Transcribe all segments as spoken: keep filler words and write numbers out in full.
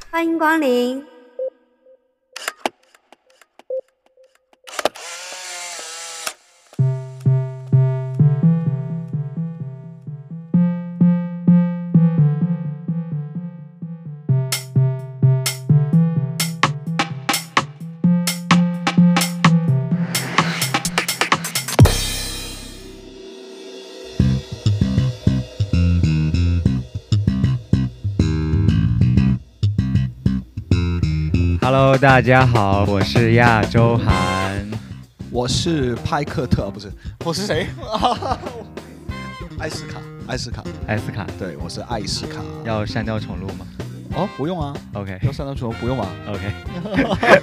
欢迎光临。 Hello， 大家好，我是亚洲涵， 我是派克特，不是，我是谁？艾斯卡，艾斯卡， 艾斯卡， 对，我是艾斯卡。 要删掉重录吗？ 哦，不用啊。 OK， 要删掉重录不用啊。 OK 。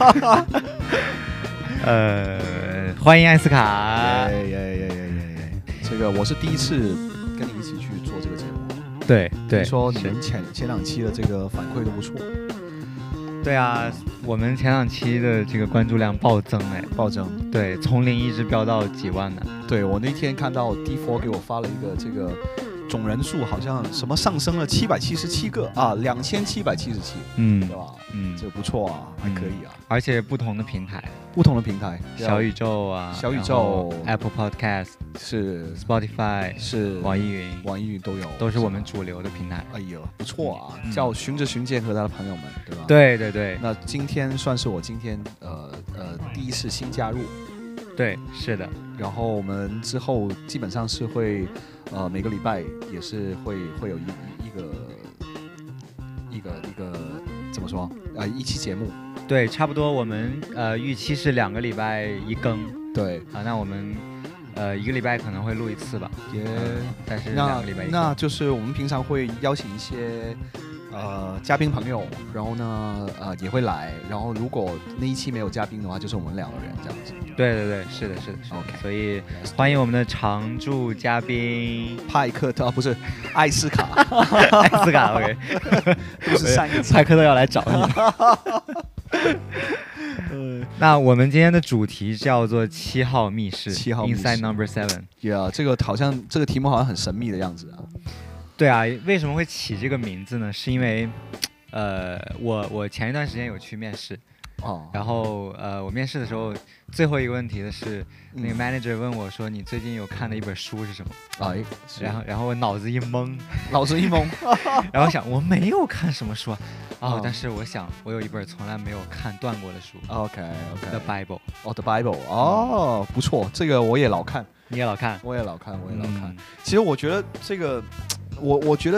呃，欢迎艾斯卡。 耶耶耶耶耶耶！这个我是第一次跟你一起去做这个节目。 对对， 你说你们前前两期的这个反馈都不错。 对啊，我们前两期的这个关注量暴增哎， 暴增， 对，从零一直飙到几万呢。 对，我那天看到 D 四 给我发了一个这个总人数好像什么上升了七百七十七个啊，两千七百七十七，嗯，对吧？嗯，这个不错啊，还可以啊。 而且不同的平台， 不同的平台， 小宇宙啊， 小宇宙 ，Apple Podcast 是 ，Spotify 是， 网易云， 网易云都有， 都是我们主流的平台。 哎呦，不错啊，嗯、叫寻着寻见和他的朋友们，对吧？ 对对对。 那今天算是我今天呃呃第一次新加入。 对，是的。 然后我们之后基本上是会，呃，每个礼拜也是会会有一一个一个一个怎么说啊、呃？一期节目。 对，差不多我们呃预期是两个礼拜一更。 对啊，那我们呃一个礼拜可能会录一次吧。 也、 呃，但是两个礼拜一更。 那就是我们平常会邀请一些。呃，嘉宾朋友，然后呢，呃，也会来。然后如果那一期没有嘉宾的话，就是我们两个人这样子。 对对对，是的，是的，是的。 OK， 所以欢迎我们的常驻嘉宾派克特，啊、不是艾斯卡， 艾斯卡 ，OK， 不是上一次派克特要来找你。那我们今天的主题叫做七号密室， 七号密室 Inside Number Seven。 呀，这个好像这个题目好像很神秘的样子啊。 对啊，为什么会起这个名字呢？是因为，呃，我我前一段时间有去面试，哦，然后呃，我面试的时候最后一个问题的是，嗯、那个 manager 问我说：“你最近有看的一本书是什么？”哎，然后然后我脑子一懵， 脑子一懵， 然后想我没有看什么书啊，哦，但是我想我有一本从来没有看断过的书 ，OK OK，The Bible， 哦 ，The Bible， 哦，不错，这个我也老看， 你也老看， 我也老看，我也老看。嗯、其实我觉得这个。我我觉得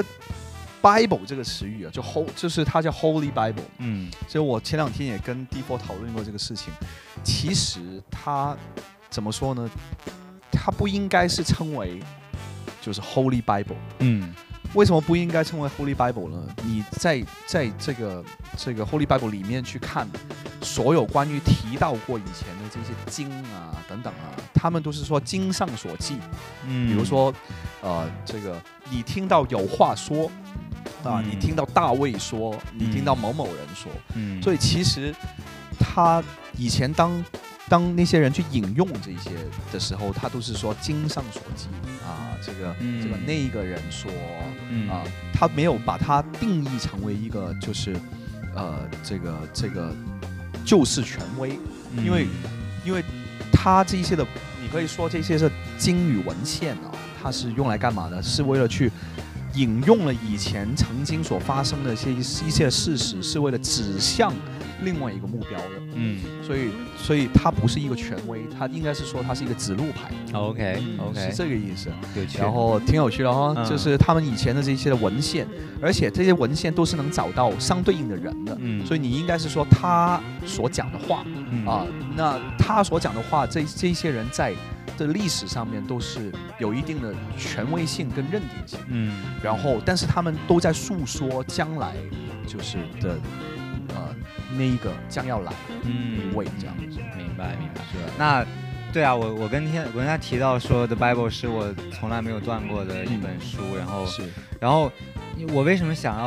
Bible 这个词语啊，就 Ho 就是它叫 Holy Bible， 嗯，所以我前两天也跟 D 四 讨论过这个事情。其实它怎么说呢？它不应该是称为就是 Holy Bible， 嗯，为什么不应该称为 Holy Bible 呢？你在在这个这个 Holy Bible 里面去看，所有关于提到过以前的这些经啊等等啊，他们都是说经上所记，嗯，比如说呃这个。你听到有话说啊，嗯、你听到大卫说，嗯、你听到某某人说，嗯、所以其实他以前当当那些人去引用这些的时候，他都是说经上所记啊，这个、嗯、这个那一个人说、嗯、啊，他没有把它定义成为一个就是呃这个这个救世权威，嗯、因为因为他这些的，你可以说这些是经与文献啊。它是用来干嘛的？是为了去引用了以前曾经所发生的一些一些事实，是为了指向另外一个目标的。嗯，所以所以它不是一个权威，它应该是说它是一个指路牌。 OK、 嗯、 OK， 是这个意思。 有趣。 然后挺有趣的哈、哦，嗯、就是他们以前的这些的文献，而且这些文献都是能找到相对应的人的。嗯，所以你应该是说他所讲的话、嗯、啊，那他所讲的话，这这些人在。的历史上面都是有一定的权威性跟认定性，嗯，然后但是他们都在诉说将来就是的呃那一个将要来的一位这样子， 嗯、明白明白。是那对啊，我我跟天我跟他提到说 The Bible 是我从来没有断过的一本书，嗯、然后是， 然后我为什么想要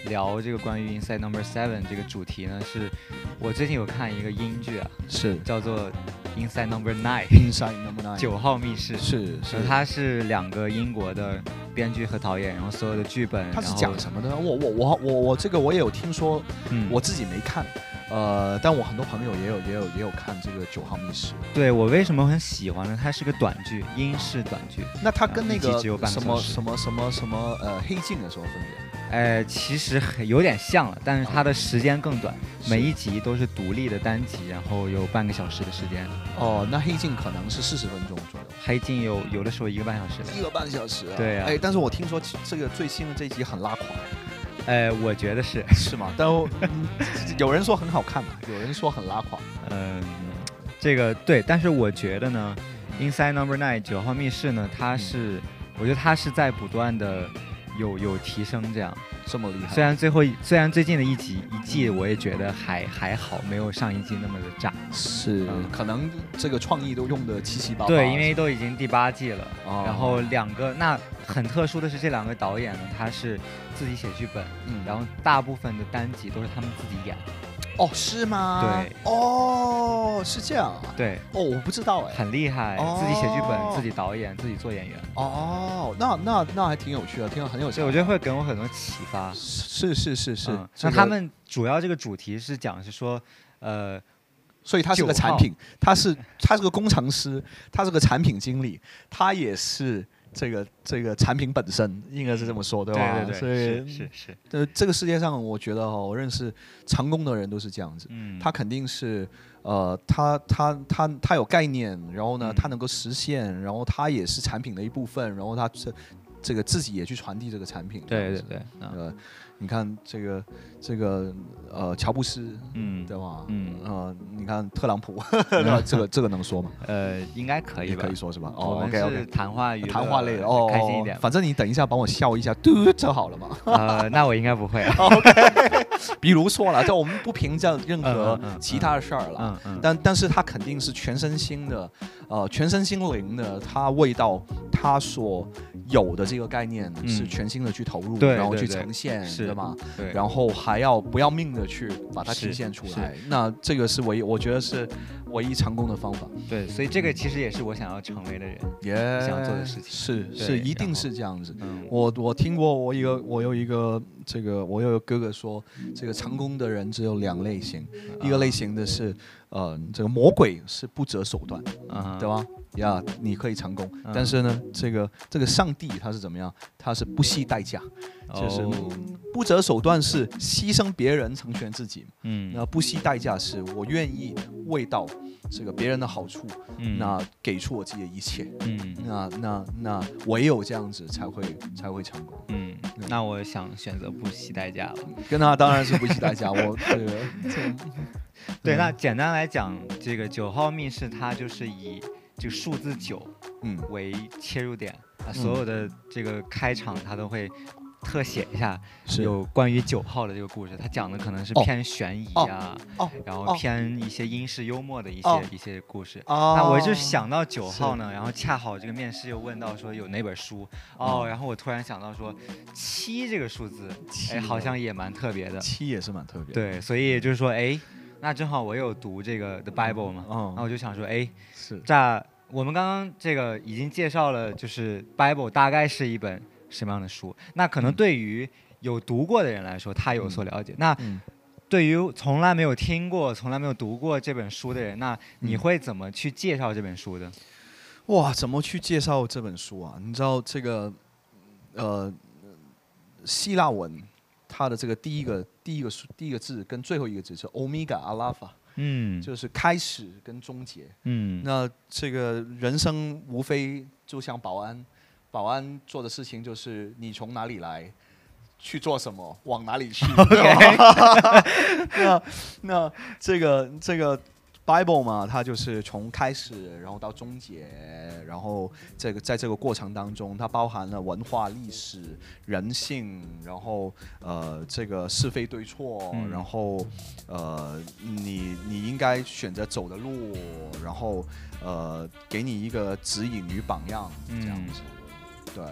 聊这个关于 Inside Number Seven 这个主题呢，是我最近有看一个英剧啊， 是叫做 Inside Number Nine Inside Number Nine 九号密室， 是是， 它是两个英国的编剧和导演，然后所有的剧本， 它是讲什么的？我我我我我这个我也有听说，嗯，我自己没看。呃，但我很多朋友也有也有也有看这个九号密室。 对，我为什么很喜欢呢？它是个短剧，英式短剧。 那它跟那个什么什么什么什么呃黑镜有什么分别？ 呃，其实有点像了，但是它的时间更短，每一集都是独立的单集，然后有半个小时的时间。 哦，那黑镜可能是四十分钟左右。 黑镜有有的时候一个半小时的。 一个半小时、啊。 对啊。 哎，但是我听说这个最新的这一集很拉垮。 呃，我觉得是是吗？但、嗯、有人说很好看嘛，有人说很拉垮。 嗯，这个对，但是我觉得呢 ，Inside Number Nine 九号密室呢，它是、嗯，我觉得它是在不断的有有提升，这样这么厉害。 虽然最后虽然最近的一集一季，我也觉得还还好，没有上一季那么的炸。 是、嗯，可能这个创意都用的七七八八。 对，因为都已经第八季了，哦、然后两个那很特殊的是，这两个导演呢，他是自己写剧本，嗯，然后大部分的单集都是他们自己演。 哦，是吗？ 对， 哦，是这样啊。 对， 哦，我不知道哎， 很厉害，哦、自己写剧本，自己导演，自己做演员。 哦，那那那还挺有趣的，听了很有趣。 我觉得会给我很多启发。 是是是是。嗯、 那他们主要这个主题是讲是说，呃。 所以他是个产品，他是他是个工程师，他是个产品经理，他也是这个这个产品本身，应该是这么说，对吧？ 对对对， 所以是是是。 呃，这个世界上，我觉得哈、哦，我认识成功的人都是这样子，嗯，他肯定是呃，他他他他有概念，然后呢，他能够实现，然后他也是产品的一部分，然后他这这个自己也去传递这个产品， 对对对， 呃。你看这个这个呃，乔布斯，嗯，对吧？嗯，呃，你看特朗普，嗯、这个这个能说吗？ 呃，应该可以吧， 可以说是吧？ 哦 ，OK OK， 谈话语， 谈话类的哦， 开心一点。 反正你等一下帮我笑一下，嘟就好了嘛。 呃，那我应该不会。 OK， 比如说了，就我们不评价任何其他的事儿了，嗯嗯，但但是它肯定是全身心的，呃，全身心灵的，它味道，它所有的这个概念是全心的去投入，然后去呈现。对吗？对，然后还要不要命的去把它体现出来，那这个是唯一，我觉得是唯一成功的方法。 对，所以这个其实也是我想要成为的人， yeah, 想做的事情。 是是，一定是这样子。嗯、我我听过，我一个我有一个这个我有一个哥哥说，这个成功的人只有两类型，嗯、一个类型的是呃，这个魔鬼是不择手段，嗯、对吧？呀、yeah, ，你可以成功，嗯、但是呢，这个这个上帝他是怎么样？他是不惜代价，就是不择手段是牺牲别人成全自己，嗯，那不惜代价是我愿意为到这个别人的好处，嗯，那给出我自己的一切，嗯，那那那唯有这样子才会才会成功， 嗯，那我想选择不惜代价了， 跟他当然是不惜代价，我这个这个， 对，那简单来讲，这个九号密室它就是以这个数字九，嗯，为切入点。啊，所有的这个开场他都会特写一下有关于九号的这个故事，他讲的可能是偏悬疑啊，哦哦、然后偏一些英式幽默的一些、哦、一些故事。哦、那我就想到九号呢，然后恰好这个面试又问到说有哪本书哦，嗯、然后我突然想到说七这个数字，哎，好像也蛮特别的。 七也是蛮特别的。 对，所以就是说，哎，那正好我有读这个 The Bible 嘛，嗯，那我就想说，哎，是这。我们刚刚这个已经介绍了，就是 Bible 大概是一本什么样的书。那可能对于有读过的人来说，他有所了解。嗯、那对于从来没有听过、从来没有读过这本书的人，那你会怎么去介绍这本书的？ 哇，怎么去介绍这本书啊？你知道这个，呃，希腊文它的这个第一个第一个第一个字跟最后一个字是 Omega Alpha。嗯，就是开始跟终结。嗯，那这个人生无非就像保安，保安做的事情就是你从哪里来，去做什么，往哪里去。那那这个这个 Bible 嘛，它就是从开始，然后到终结，然后这个在这个过程当中，它包含了文化、历史、人性，然后呃这个是非对错，嗯、然后呃你你应该选择走的路，然后呃给你一个指引与榜样这样子，嗯、对。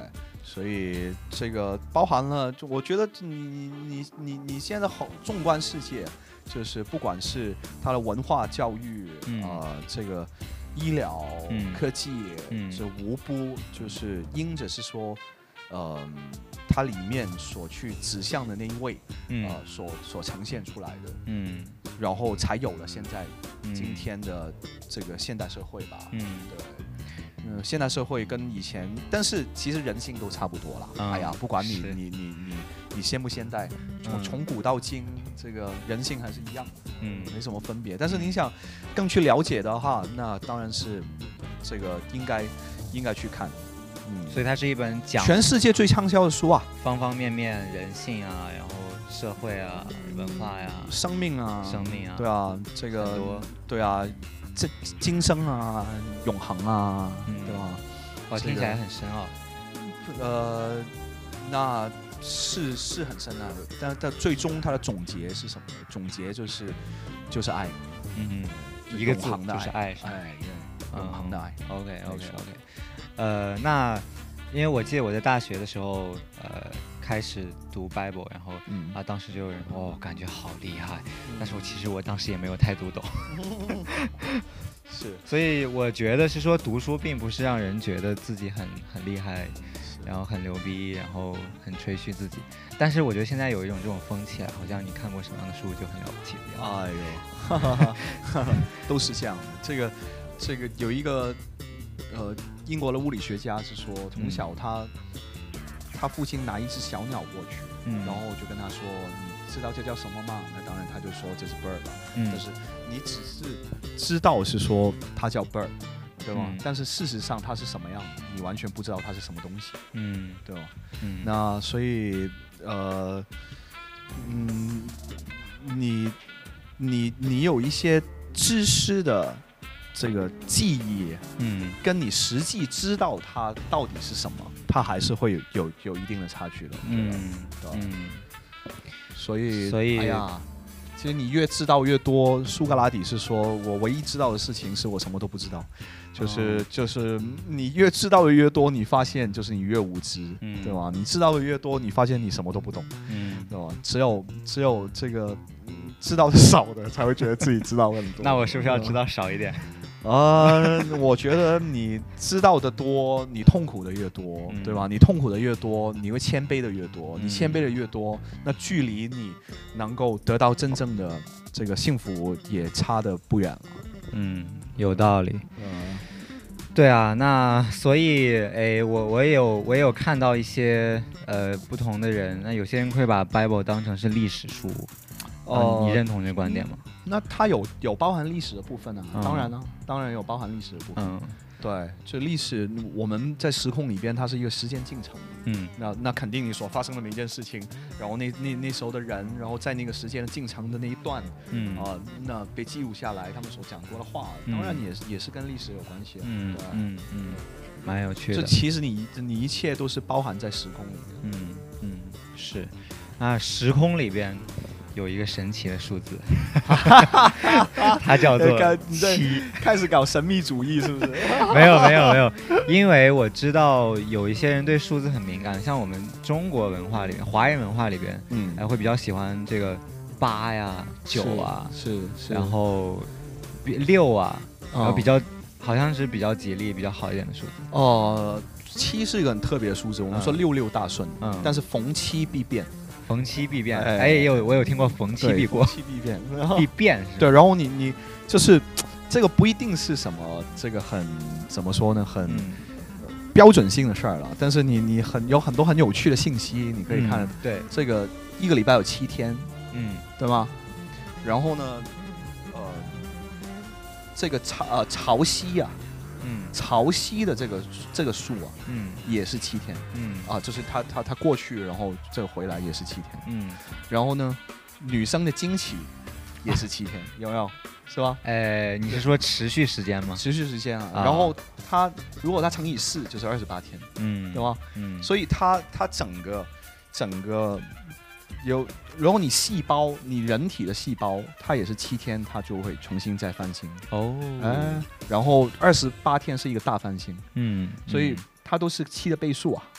所以这个包含了，就我觉得你你你你现在好纵观世界，就是不管是它的文化教育啊、嗯呃，这个医疗、嗯、科技，嗯，是无不就是因着是说，呃，它里面所去指向的那一位，嗯，呃，所所呈现出来的，嗯，然后才有了现在今天的这个现代社会吧，嗯，对。嗯，现代社会跟以前，但是其实人性都差不多了。嗯、哎呀，不管你你你你你现不现代，从、嗯、从古到今，这个人性还是一样，嗯，没什么分别。但是你想更去了解的话，那当然是这个应该应该去看。 嗯，所以它是一本讲全世界最畅销的书啊， 方方面面人性啊，然后社会啊，文化呀、啊， 生命啊， 生命啊， 对啊，这个对啊。这今生啊，永恒啊，嗯、对吧？ 哦，听起来很深奥。 呃，那是是很深奥的，但但最终它的总结是什么？总结就是就是爱， 嗯嗯，一个字就是爱， 爱，永恒的爱。 OK OK OK。呃，那因为我记得我在大学的时候，呃。开始读 Bible， 然后、嗯、啊，当时就有人哦，感觉好厉害，嗯、但是我其实我当时也没有太读懂， 是， 所以我觉得是说读书并不是让人觉得自己很很厉害，然后很牛逼，然后很吹嘘自己，但是我觉得现在有一种这种风气啊，好像你看过什么样的书就很了不起的样子。 哎呦，哈哈哈哈都是这样的。这个这个有一个呃英国的物理学家是说，从小他。嗯他父亲拿一只小鸟过去，嗯、然后我就跟他说：“你知道这叫什么吗？”那当然他就说这是 bird 了。嗯、但是你只是知道是说它叫 bird， 对吗？嗯、但是事实上它是什么样，你完全不知道它是什么东西，嗯，对吧？嗯，那所以呃，嗯，你你你有一些知识的。这个记忆，嗯，跟你实际知道它到底是什么，它还是会有有有一定的差距的，嗯，对吧？嗯，所以， 所以， 哎呀，其实你越知道越多。苏格拉底是说，我唯一知道的事情是我什么都不知道，就是、哦、就是你越知道的越多，你发现就是你越无知，嗯、对吧？你知道的越多，你发现你什么都不懂，嗯，对吧？只有只有这个知道的少的，才会觉得自己知道很多。 那我是不是要知道少一点？ 呃，我觉得你知道的多，你痛苦的越多，嗯、对吧？你痛苦的越多，你会谦卑的越多。嗯、你谦卑的越多，那距离你能够得到真正的这个幸福也差得不远了。 嗯，有道理。嗯，对啊，那所以，哎，我我也有我也有看到一些呃不同的人，那有些人会把 Bible 当成是历史书。哦、呃，你认同这个观点吗？ 那它有有包含历史的部分啊，嗯、当然呢、啊，当然有包含历史的部分。嗯，对，就历史，我们在时空里边，它是一个时间进程。嗯，那那肯定你所发生的每一件事情，然后那那那时候的人，然后在那个时间的进程的那一段，嗯啊、呃，那被记录下来，他们所讲过的话，当然也是、嗯、也是跟历史有关系的。 嗯，对嗯嗯，蛮有趣的。 这其实你你一切都是包含在时空里面。 嗯嗯，是，啊，时空里边。有一个神奇的数字，它叫做七。 开始搞神秘主义是不是？ 没有没有没有，因为我知道有一些人对数字很敏感，像我们中国文化里面、华人文化里边，嗯，还会比较喜欢这个八呀、九啊， 是是， 然后六啊，然后比较、哦、好像是比较吉利、比较好一点的数字。 哦，七是一个很特别的数字，我们说六六大顺，嗯，但是逢七必变。 逢七必变，哎，有我有听过逢七必过， 逢七必变， 必变， 对。然后你你就是这个不一定是什么，这个很怎么说呢，很标准性的事儿了。但是你你很有很多很有趣的信息，你可以看。 嗯、对， 这个一个礼拜有七天，嗯，对吗？然后呢，呃，这个潮呃潮汐啊。嗯，潮汐的这个这个数啊，嗯，也是七天，嗯啊，就是它它它过去，然后这个回来也是七天，嗯，然后呢，女生的经期也是七天，啊、有没有？是吧？ 呃，你是说持续时间吗？ 持续时间啊，啊然后它如果它乘以四就是二十八天，嗯，对吗？嗯，所以它它整个整个有，然后你细胞，你人体的细胞，它也是七天，它就会重新再翻新哦，哎，然后二十八天是一个大翻新，嗯，所以它都是七的倍数啊，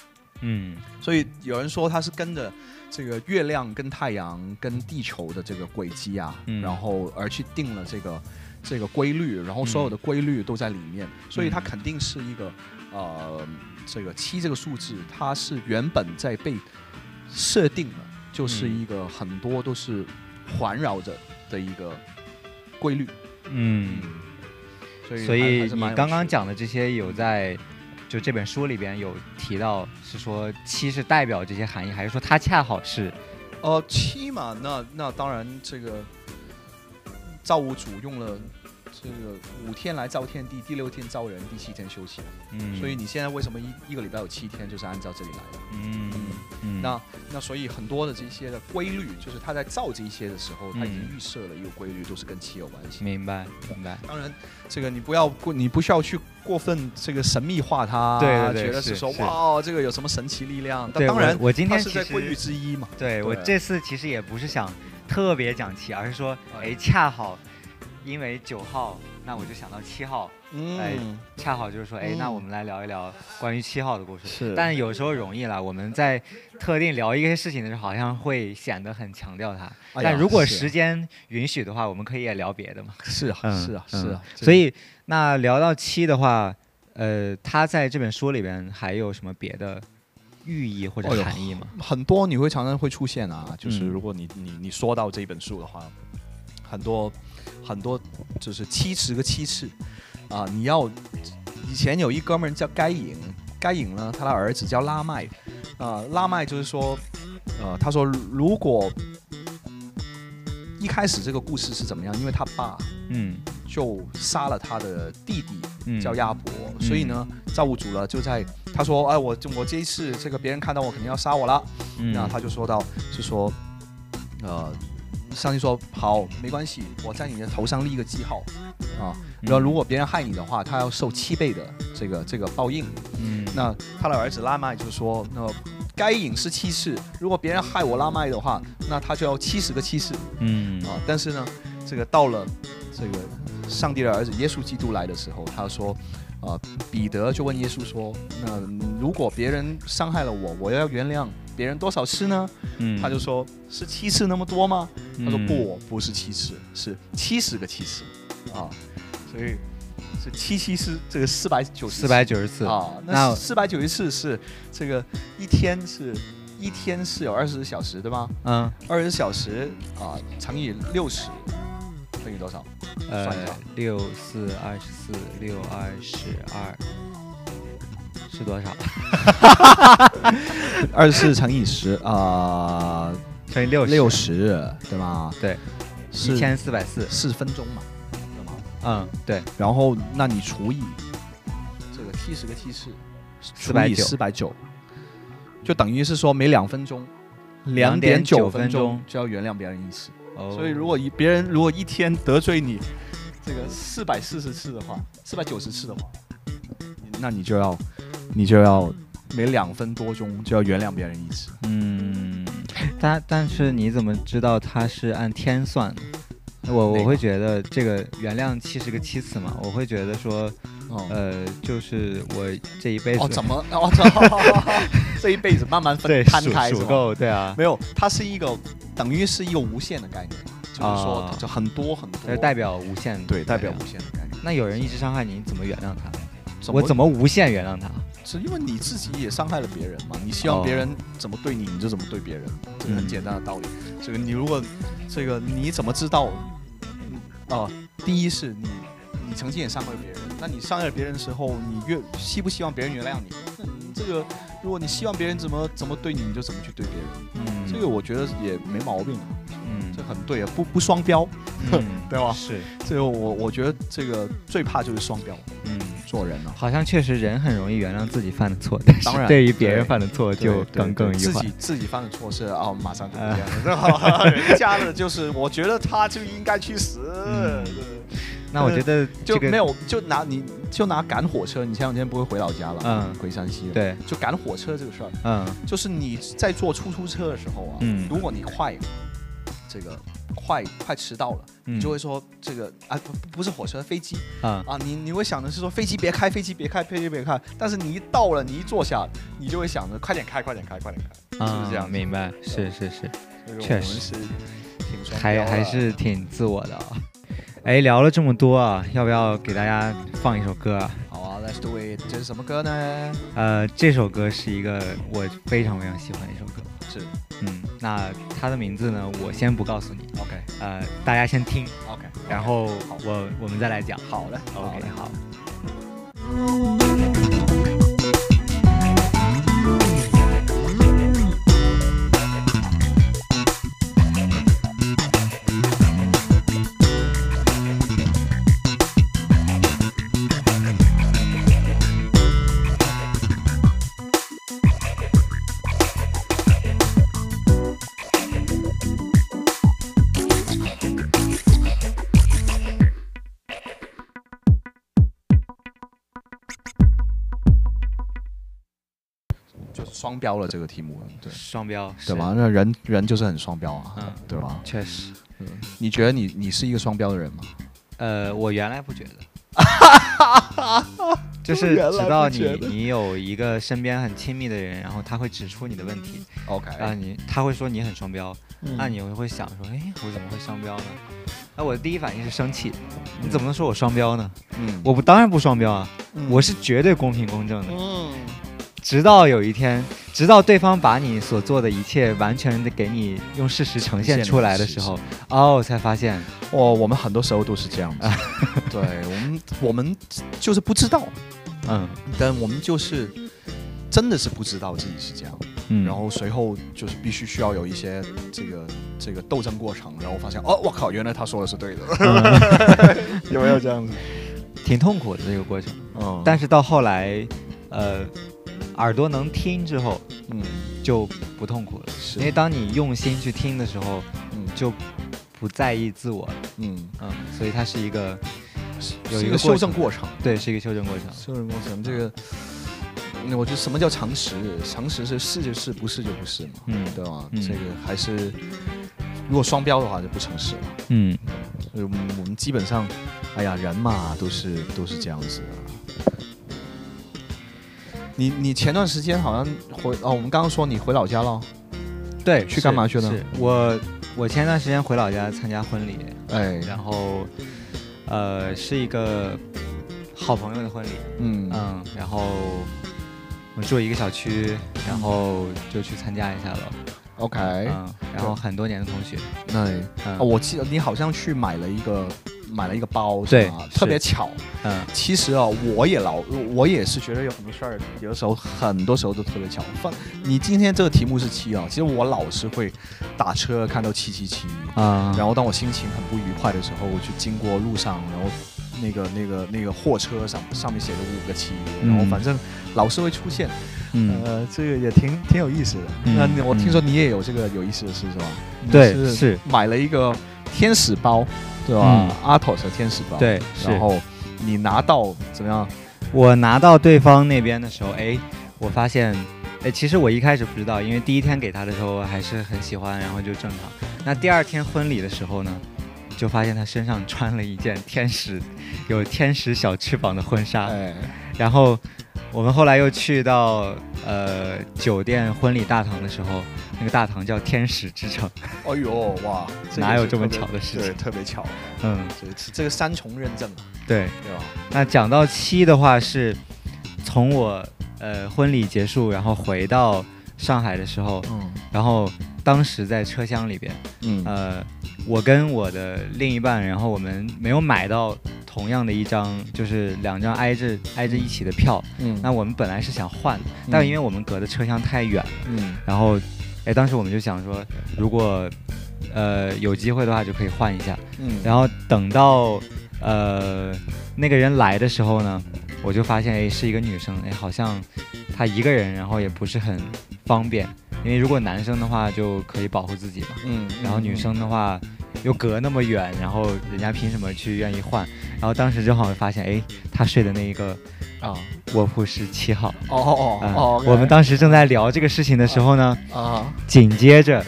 嗯，所以有人说他是跟着这个月亮跟太阳跟地球的这个轨迹啊，嗯、然后而去定了这个这个规律，然后所有的规律都在里面，嗯、所以它肯定是一个呃这个七这个数字，它是原本在被设定的，就是一个很多都是环绕着的一个规律。嗯， 所以所以你刚刚讲的这些有在。就这本书里边有提到，是说七是代表这些含义，还是说它恰好是？ 呃，七嘛，那那当然，这个造物主用了这个五天来造天地，第六天造人，第七天休息。嗯，所以你现在为什么一一个礼拜有七天，就是按照这里来的。嗯嗯，那那所以很多的这些的规律，就是他在造这些的时候，他已经预设了一个规律，都是跟七有关系。 明白明白。 当然，这个你不要过，你不需要去过分这个神秘化它， 对对对， 觉得是说哇，这个有什么神奇力量？但当然， 我今天是在规律之一嘛。 对，我这次其实也不是想特别讲七，而是说，哎，恰好因为九号，那我就想到七号，嗯，哎，恰好就是说，哎，那我们来聊一聊关于七号的故事。 是， 但有时候容易了，我们在特定聊一些事情的时候，好像会显得很强调它。 哎、 但如果时间允许的话，我们可以也聊别的嘛。 是啊，嗯、是啊，是啊。 所以那聊到七的话，呃，他在这本书里边还有什么别的寓意或者含义吗？ 哦、很多你会常常会出现啊，就是如果你、嗯、你你说到这本书的话，很多很多就是七十个七次啊、呃，你要以前有一哥们叫该隐，该隐呢，他的儿子叫拉麦啊、呃，拉麦就是说，呃，他说如果一开始这个故事是怎么样，因为他爸嗯就杀了他的弟弟、嗯、叫亚伯、嗯，所以呢，造物主呢就在他说，哎，我我这一次这个别人看到我肯定要杀我了，嗯、那他就说到是说，呃。上帝说好，没关系，我在你的头上立一个记号啊。然后如果别人害你的话，他要受七倍的这个这个报应。嗯，那他的儿子拉麦就说，那该隐是七次，如果别人害我拉麦的话，那他就要七十个七次。嗯啊，但是呢，这个到了这个上帝的儿子耶稣基督来的时候，他说，啊，彼得就问耶稣说，那如果别人伤害了我，我要原谅别人多少次呢？嗯，他就说是七次那么多吗？他说不，不是七次，是七十个七次啊，所以是七七是这个四百九十四百九十次啊。那四百九十次是这个一天是一天是有二十四小时对吗？嗯，二十四小时啊乘以六十等于多少？ 呃，六四二十四，六二十二。是多少？ 二十四乘以十啊， 乘以六六十，对吗？ 对，一千四百四， 四分钟嘛，对吗？ 嗯，对。 然后，那你除以这个七十个七次， 四百九， 四百九，就等于是说每两分钟，两点九分钟就要原谅别人一次。哦。所以，如果一别人如果一天得罪你这个四百四十次的话，四百九十次的话，那你就要。你就要每两分多钟就要原谅别人一次。 嗯，但但是你怎么知道他是按天算的？我我会觉得这个原谅七十个七次嘛，我会觉得说，哦、呃，就是我这一辈子哦怎么哦操，这一辈子慢慢分摊开数够对啊， 没有，它是一个等于是一个无限的概念，就是说就很多很多， 代表无限， 对，代表无限的概念。 那有人一直伤害你，你怎么原谅他？我怎么无限原谅他？ 是因为你自己也伤害了别人嘛，你希望别人怎么对你，你就怎么对别人，这个很简单的道理。这个你如果这个你怎么知道？哦、呃，第一是你你曾经也伤害了别人，那你伤害了别人的时候，你越希不希望别人原谅你？那你这个如果你希望别人怎么怎么对你，你就怎么去对别人。嗯，这个我觉得也没毛病啊。嗯，这很对啊，不不双标，嗯、对吧？ 是， 这个我我觉得这个最怕就是双标。嗯。做人呢、啊， 好像确实人很容易原谅自己犯的错，但是对于别人犯的错就耿耿于怀。 自己自己犯的错是啊、哦，马上就不一样了。呃、人家的就是，我觉得他就应该去死。嗯、 那我觉得、这个、 就没有，就拿你就拿赶火车，你前两天不会回老家了？嗯，回山西了。 对， 就赶火车这个事儿，嗯，就是你在坐出租车的时候啊，嗯，如果你快，这个快快迟到了，嗯、你就会说这个啊不不是火车飞机啊啊你你会想的是说飞机别开飞机别开飞机别开，但是你一到了你一坐下，你就会想着快点开快点开快点开，啊、是不是这样？ 明白，是是是， 确实还还是挺自我的啊。哎，聊了这么多啊，要不要给大家放一首歌啊？ 好啊 ，Let's do it。这是什么歌呢？ 呃，这首歌是一个我非常非常喜欢的一首歌。 是， 嗯，那它的名字呢，我先不告诉你。 OK。 呃，大家先听。 OK。 然后我我们再来讲。 好的。 OK， 好。 双标了这个题目，对， 双标， 对吧？那人人就是很双标啊，嗯，对吧？ 确实， 嗯，你觉得你你是一个双标的人吗？ 呃，我原来不觉得，就是直到你你有一个身边很亲密的人，然后他会指出你的问题 ，OK， 啊，你他会说你很双标，嗯、那你会想说，哎，我怎么会双标呢？那我的第一反应是生气，你怎么能说我双标呢？嗯，我不当然不双标啊，嗯、我是绝对公平公正的。嗯。直到有一天，直到对方把你所做的一切完全的给你用事实呈现出来的时候，哦，才发现， 哦，我们很多时候都是这样子，对我们，我们就是不知道，嗯，但我们就是真的是不知道自己是这样，嗯，然后随后就是必须需要有一些这个这个斗争过程，然后发现，哦，我靠，原来他说的是对的，嗯、有没有这样子？ 挺痛苦的这个过程，嗯，但是到后来，呃。耳朵能听之后，嗯，就不痛苦了。是，因为当你用心去听的时候，嗯，就不在意自我了。嗯嗯，所以它是一个有一个修正过程。 对，是一个修正过程。 修正过程，这个，我觉得什么叫常识？常识是是就是不是就不是嘛。嗯，对吧？嗯、这个还是如果双标的话就不诚实了。嗯，所以我们我们基本上，哎呀，人嘛都是都是这样子的。你你前段时间好像回哦，我们刚刚说你回老家了， 对， 去干嘛去呢？ 我我前段时间回老家参加婚礼，哎，然后呃是一个好朋友的婚礼，嗯嗯，然后我住一个小区，然后就去参加一下了 ，OK， 嗯，然后很多年的同学， 那、嗯哦、我记得你好像去买了一个。买了一个包， 对， 特别巧。嗯，其实啊，我也老，我也是觉得有很多事儿，有的时候很多时候都特别巧。放你今天这个题目是七啊，其实我老是会打车看到七七七啊，然后当我心情很不愉快的时候，我去经过路上，然后那个那个那个货车上上面写着五个七，然后反正老是会出现。嗯，呃，这个也挺挺有意思的。嗯、那我听说你也有这个有意思的事是吧？ 对，是, 是买了一个天使包。对吧？阿托的天使包， 对， 然后你拿到怎么样？ 我拿到对方那边的时候，哎，我发现，哎，其实我一开始不知道，因为第一天给他的时候还是很喜欢，然后就正常。那第二天婚礼的时候呢，就发现他身上穿了一件天使，有天使小翅膀的婚纱，哎，然后我们后来又去到呃酒店婚礼大堂的时候。那个大堂叫天使之城。 哎呦哇， 哪有这么巧的事情？ 对，特别巧。嗯，这这个三重认证。 对，对吧？那讲到七的话，是从我呃婚礼结束，然后回到上海的时候，嗯，然后当时在车厢里边，嗯，呃，我跟我的另一半，然后我们没有买到同样的一张，就是两张挨着挨着一起的票，嗯，那我们本来是想换的，但因为我们隔的车厢太远了，嗯，然后。哎，当时我们就想说，如果呃有机会的话，就可以换一下。嗯，然后等到呃那个人来的时候呢，我就发现哎是一个女生，哎好像她一个人，然后也不是很方便，因为如果男生的话就可以保护自己嘛。嗯，然后女生的话又隔那么远，然后人家凭什么去愿意换？然后当时正好发现，哎，她睡的那一个。啊，卧铺是七号。哦哦哦，我们当时正在聊这个事情的时候呢，啊，紧接着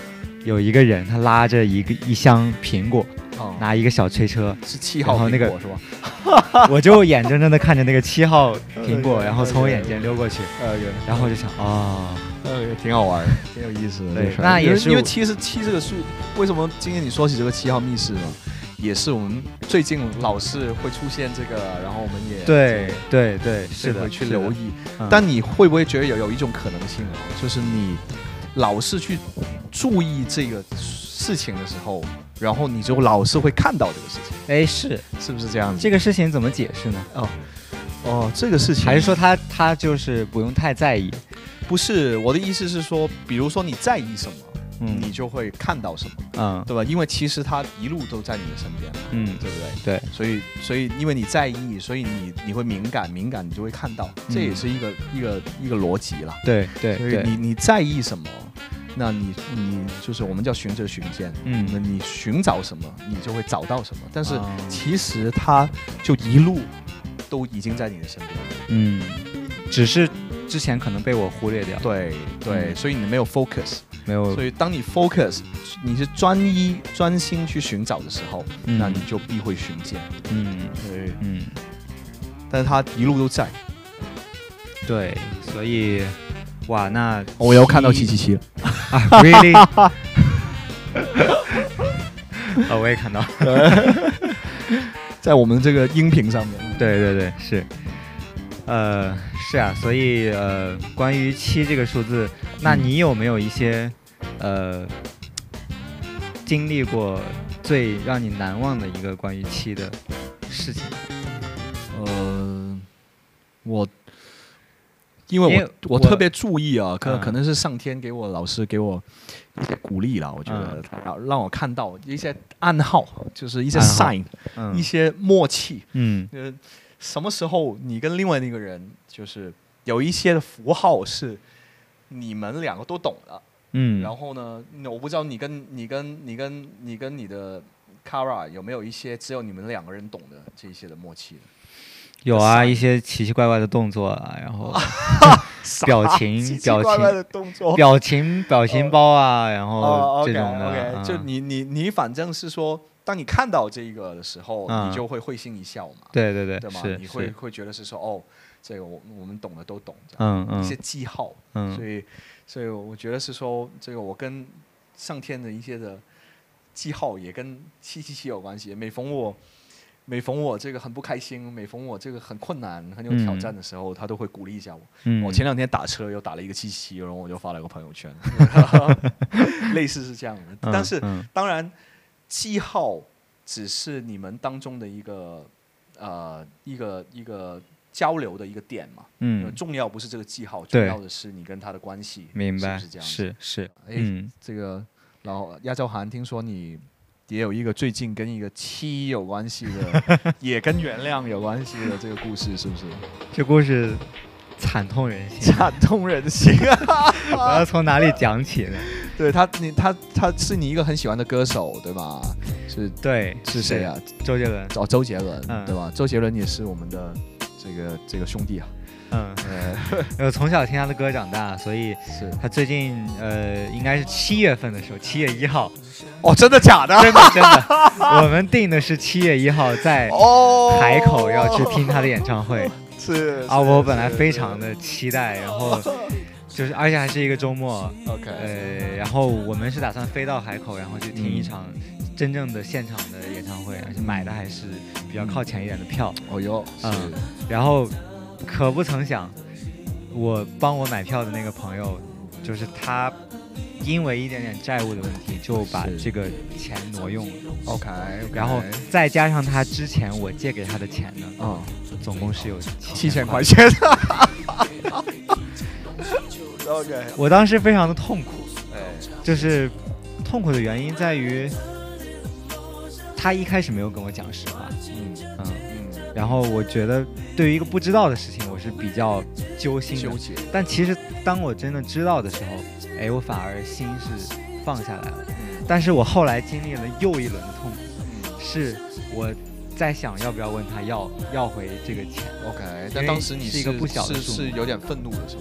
有一个人他拉着一个一箱苹果，哦、拿一个小推车， 是七号苹果、 那个、 是吧？ 我就眼睁睁的看着那个七号苹果，然后从我眼前溜过去， 呃， 然后我就想啊， 呃，挺好玩，挺有意思的。 对，那也是因为其实七这个数，为什么今天你说起这个七号密室呢？也是我们最近老是会出现这个，然后我们也对对对，是的， 会去留意。 嗯、 但你会不会觉得有有一种可能性啊，就是你老是去注意这个事情的时候，然后你就老是会看到这个事情？ 哎，是是不是这样子？ 这个事情怎么解释呢？ 哦哦，这个事情还是说他他就是不用太在意？ 不是，我的意思是说，比如说你在意什么？嗯，你就会看到什么，嗯，对吧？因为其实他一路都在你的身边，嗯，对不对？ 对， 所以所以因为你在意，所以你你会敏感，敏感你就会看到，嗯、这也是一个一个一个逻辑啦。 对对， 所以你你在意什么，那你你就是我们叫寻者寻见，嗯，那你寻找什么，你就会找到什么。但是其实他就一路都已经在你的身边了， 嗯，只是之前可能被我忽略掉。 对对，嗯、所以你没有 focus。 没有， 所以当你 focus， 你是专一专心去寻找的时候，嗯、那你就必会寻见。嗯，对，嗯。但是他一路都在。 对，所以，哇，那我要看到七七七了啊 ，really？ 啊，我也看到， 在我们这个音频上面。 对对对，是。呃，是啊，所以呃，关于七这个数字，那你有没有一些呃经历过最让你难忘的一个关于七的事情？ 呃，我因为我我特别注意啊，可、嗯、可能是上天给我老师给我一些鼓励啦，我觉得让让我看到一些暗号，就是一些 sign，、嗯、一些默契，嗯。呃什么时候你跟另外那个人就是有一些的符号是你们两个都懂的，嗯，然后呢，我不知道你跟你跟你跟你跟你的 Kara 有没有一些只有你们两个人懂的这些的默契？ 有啊，一些奇奇怪怪的动作啊，然后表情奇奇怪怪的动作， 表情表情包啊，然后这种的， oh, okay, okay, 就你你你反正是说。当你看到这个的时候，嗯、你就会会心一笑嘛。 对对对， 对吗？你会会觉得是说，哦，这个我我们懂的都懂， 嗯嗯， 一些记号，嗯，所以所以我觉得是说，这个我跟上天的一些的记号也跟七七七有关系。每逢我每逢我这个很不开心，每逢我这个很困难、很有挑战的时候，嗯、他都会鼓励一下我。嗯、我前两天打车又打了一个七七七，然后我就发了个朋友圈，类似是这样的。嗯、但是、嗯、当然。记号只是你们当中的一个呃一个一个交流的一个点嘛，嗯，重要不是这个记号，重要的是你跟他的关系， 明白？ 是不是这样子？ 是是， 哎，嗯、这个老亚洲涵，听说你也有一个最近跟一个七有关系的，也跟原谅有关系的这个故事，是不是？ 这故事惨痛人心， 惨痛人心啊！ 我要从哪里讲起呢？ 对他，你他他是你一个很喜欢的歌手，对吧？是， 对， 是谁啊？ 周杰伦。 哦，周杰伦，嗯、对吧？周杰伦也是我们的这个这个兄弟啊。 嗯，呃，我从小听他的歌长大，所以是他最近呃，应该是七月份的时候，七月一号。 哦，真的假的？ 真的真的，我们定的是七月一号在海口要去听他的演唱会。 是啊，我本来非常的期待，然后。就是而且还是一个周末 ，OK， 呃，然后我们是打算飞到海口，然后去听一场真正的现场的演唱会，而且买的还是比较靠前一点的票。 哦哟， 嗯，然后可不曾想，我帮我买票的那个朋友，就是他因为一点点债务的问题，就把这个钱挪用了。 OK， 然后再加上他之前我借给他的钱呢，嗯，总共是有七千块钱。Okay. 我当时非常的痛苦，哎，就是痛苦的原因在于，他一开始没有跟我讲实话，嗯嗯嗯，然后我觉得对于一个不知道的事情，我是比较揪心纠结。 但其实当我真的知道的时候，哎，我反而心是放下来了。嗯、但是我后来经历了又一轮的痛苦，嗯、是我在想要不要问他要要回这个钱。 OK， 但当时你是一个不小的数是是有点愤怒的是吧？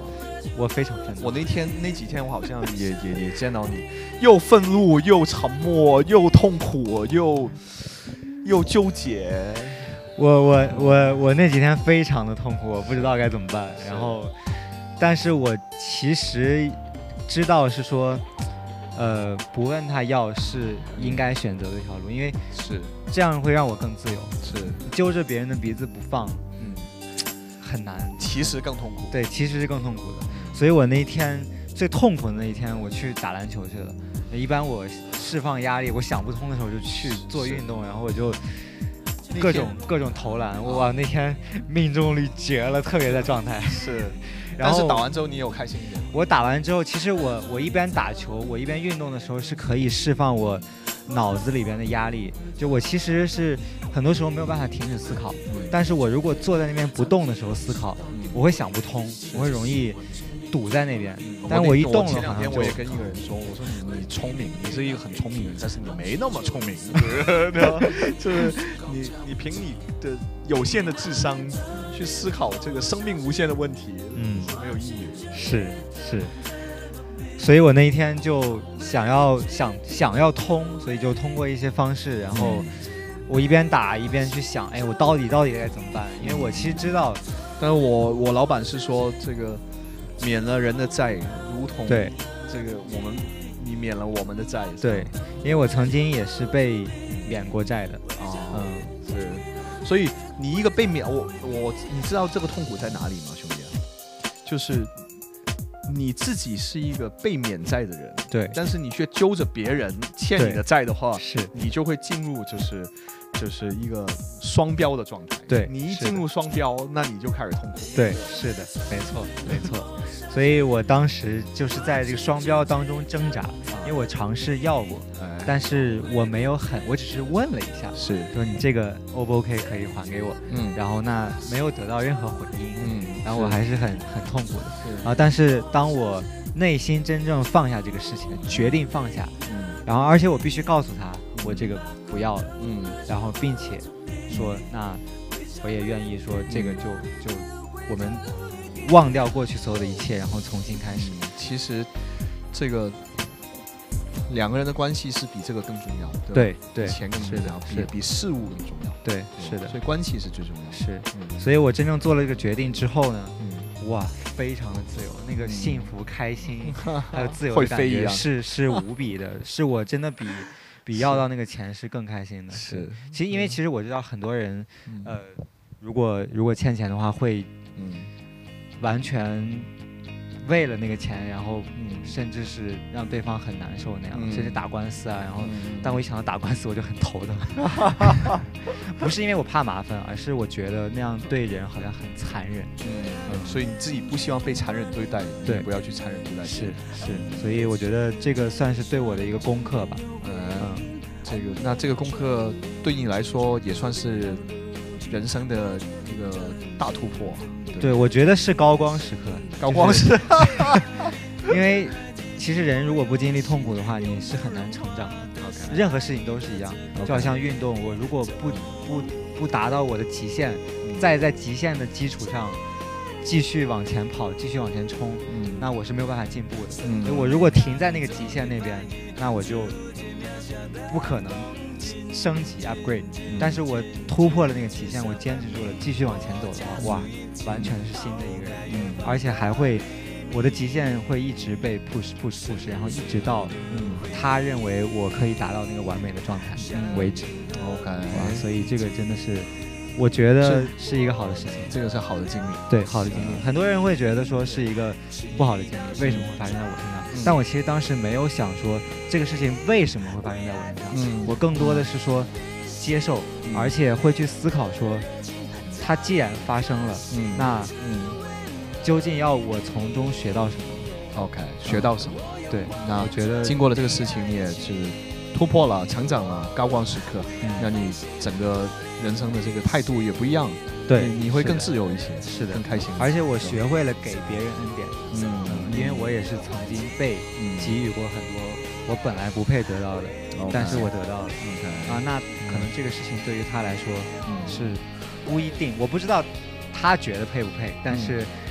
我非常愤怒。 我那天那几天我好像也也也见到你，又愤怒又沉默又痛苦又又纠结。 我我我我那几天非常的痛苦，我不知道该怎么办。然后，但是我其实知道是说，呃，不问他要是应该选择的一条路，因为是这样会让我更自由。 是揪着别人的鼻子不放，嗯，很难。 其实更痛苦。 对，其实是更痛苦的。所以我那一天最痛苦的那一天，我去打篮球去了。一般我释放压力，我想不通的时候就去做运动，然后我就。各种各种投篮，哇！那天命中率绝了，特别的状态。 是，然后但是打完之后你有开心一点？ 我打完之后，其实我我一边打球，我一边运动的时候是可以释放我脑子里边的压力。就我其实是很多时候没有办法停止思考，嗯、但是我如果坐在那边不动的时候思考，嗯、我会想不通，我会容易堵在那边。嗯、但我一动了， 前两天我也跟一个人说，我说你你聪明，你是一个很聪明的人，但是你没那么聪明，就是你你凭你的有限的智商去思考这个生命无限的问题，嗯，是没有意义的。 是是，所以我那一天就想要想想要通，所以就通过一些方式，然后我一边打一边去想，哎，我到底到底该怎么办？因为我其实知道， 但是我我老板是说这个。免了人的债，如同对这个我们，你免了我们的债。 对，因为我曾经也是被免过债的啊，嗯，是，所以你一个被免，我我你知道这个痛苦在哪里吗，兄弟？就是你自己是一个被免债的人， 对， 但是你却揪着别人欠你的债的话， 是你就会进入就是。就是一个双标的状态， 对你一进入双标，那你就开始痛苦。 对，是的，没错，没错。所以我当时就是在这个双标当中挣扎，因为我尝试要过，哎、但是我没有很，我只是问了一下， 是说你这个 O 不 OK 可以还给我，嗯，然后那没有得到任何回应，嗯，然后我还是很很痛苦的，啊，但是当我内心真正放下这个事情，决定放下，嗯，然后而且我必须告诉他。我这个不要了，嗯，然后并且说，那我也愿意说，这个就就我们忘掉过去所有的一切，然后重新开始。 嗯、其实这个两个人的关系是比这个更重要， 对对， 钱更重要，比比事物更重要， 对，是的， 所以关系是最重要的。 是，嗯、所以我真正做了这个决定之后呢，嗯、哇，非常的自由，那个幸福、开心还有自由的感觉是是无比的，是我真的比。比要到那个钱是更开心的， 是。 其实因为其实我知道很多人，嗯、呃，如果如果欠钱的话，会，嗯，完全为了那个钱，然后嗯，甚至是让对方很难受那样，嗯、甚至打官司啊，然后，嗯、但我一想到打官司我就很头疼，不是因为我怕麻烦，而是我觉得那样对人好像很残忍， 嗯，嗯所以你自己不希望被残忍对待， 对， 不要去残忍对待， 是是，所以我觉得这个算是对我的一个功课吧，嗯。 这个那这个功课对你来说也算是人生的一个大突破， 对，对我觉得是高光时刻， 高光时刻， 就是、因为其实人如果不经历痛苦的话，你是很难成长的。Okay. 任何事情都是一样， okay. 就好像运动，我如果不不不达到我的极限，嗯、再在极限的基础上继续往前跑，继续往前冲，嗯、那我是没有办法进步的。嗯、所以我如果停在那个极限那边，那我就不可能升级 upgrade，嗯、但是我突破了那个极限，我坚持住了，继续往前走的话，哇，完全是新的一个人，嗯、而且还会，我的极限会一直被 push push push， 然后一直到，嗯、他认为我可以达到那个完美的状态，嗯、为止。 OK， 哇，所以这个真的是。我觉得是一个好的事情， 这个是好的经历， 对，好的经历。很多人会觉得说是一个不好的经历，为什么会发生在我身上？嗯、但我其实当时没有想说这个事情为什么会发生在我身上，嗯、我更多的是说接受，嗯、而且会去思考说，它既然发生了，嗯、那嗯，究竟要我从中学到什么 ？OK， 学到什么？ 嗯、对，那我觉得经过了这个事情，你也是突破了，成长了，高光时刻，嗯、让你整个。人生的这个态度也不一样， 对， 你会更自由一些， 是的， 更开心。 而且我学会了给别人恩典，嗯，因为我也是曾经被给予过很多我本来不配得到的，嗯、但是我得到了。 Okay. 啊，那可能这个事情对于他来说，嗯，是不一定，我不知道他觉得配不配，但是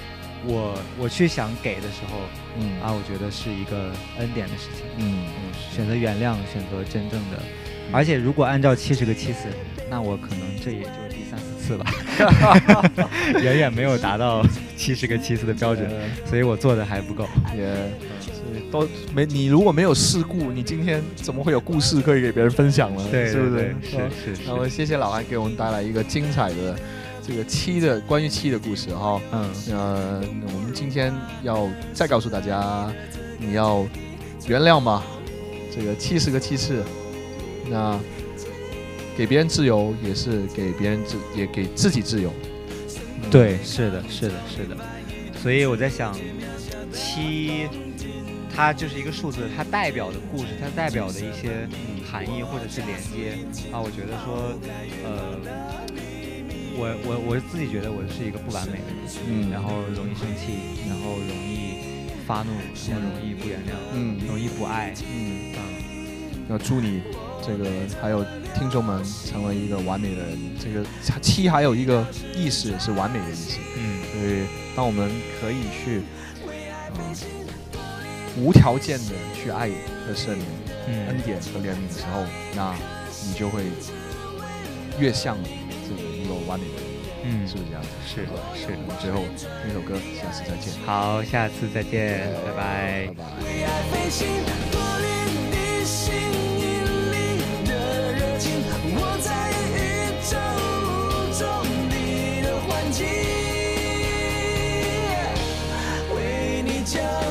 我我去想给的时候，嗯啊，我觉得是一个恩典的事情。嗯嗯，选择原谅，选择真正的。而且如果按照七十个七次，那我可能这也就第三四次吧，远远没有达到七十个七次的标准，所以我做的还不够。 也、yeah, 都没你如果没有事故，你今天怎么会有故事可以给别人分享呢？ 对， 是不是？ 是是是。 那我谢谢老韩给我们带来一个精彩的这个七的关于七的故事哈。嗯呃，我们今天要再告诉大家，你要原谅吧，这个七十个七次。那给别人自由也是给别人自也给自己自由。 嗯、对，是的，是的，是的。所以我在想，七，它就是一个数字，它代表的故事，它代表的一些含义或者是连接啊。我觉得说，呃，我我我自己觉得我是一个不完美的人，嗯，然后容易生气，然后容易发怒，然后容易不原谅，嗯，容易不爱，嗯啊。 要祝你。这个还有听众们成为一个完美的人，这个七还有一个意思是完美的意思，嗯，所以当我们可以去、呃、无条件的去爱和圣灵、嗯、恩典和怜悯的时候，那你就会越像这个一个完美的人，嗯，是不是这样？ 是是。 我们最后听一首歌，下次再见。 好，下次再见，拜拜，拜拜。我在宇宙中你的环境，为你骄傲。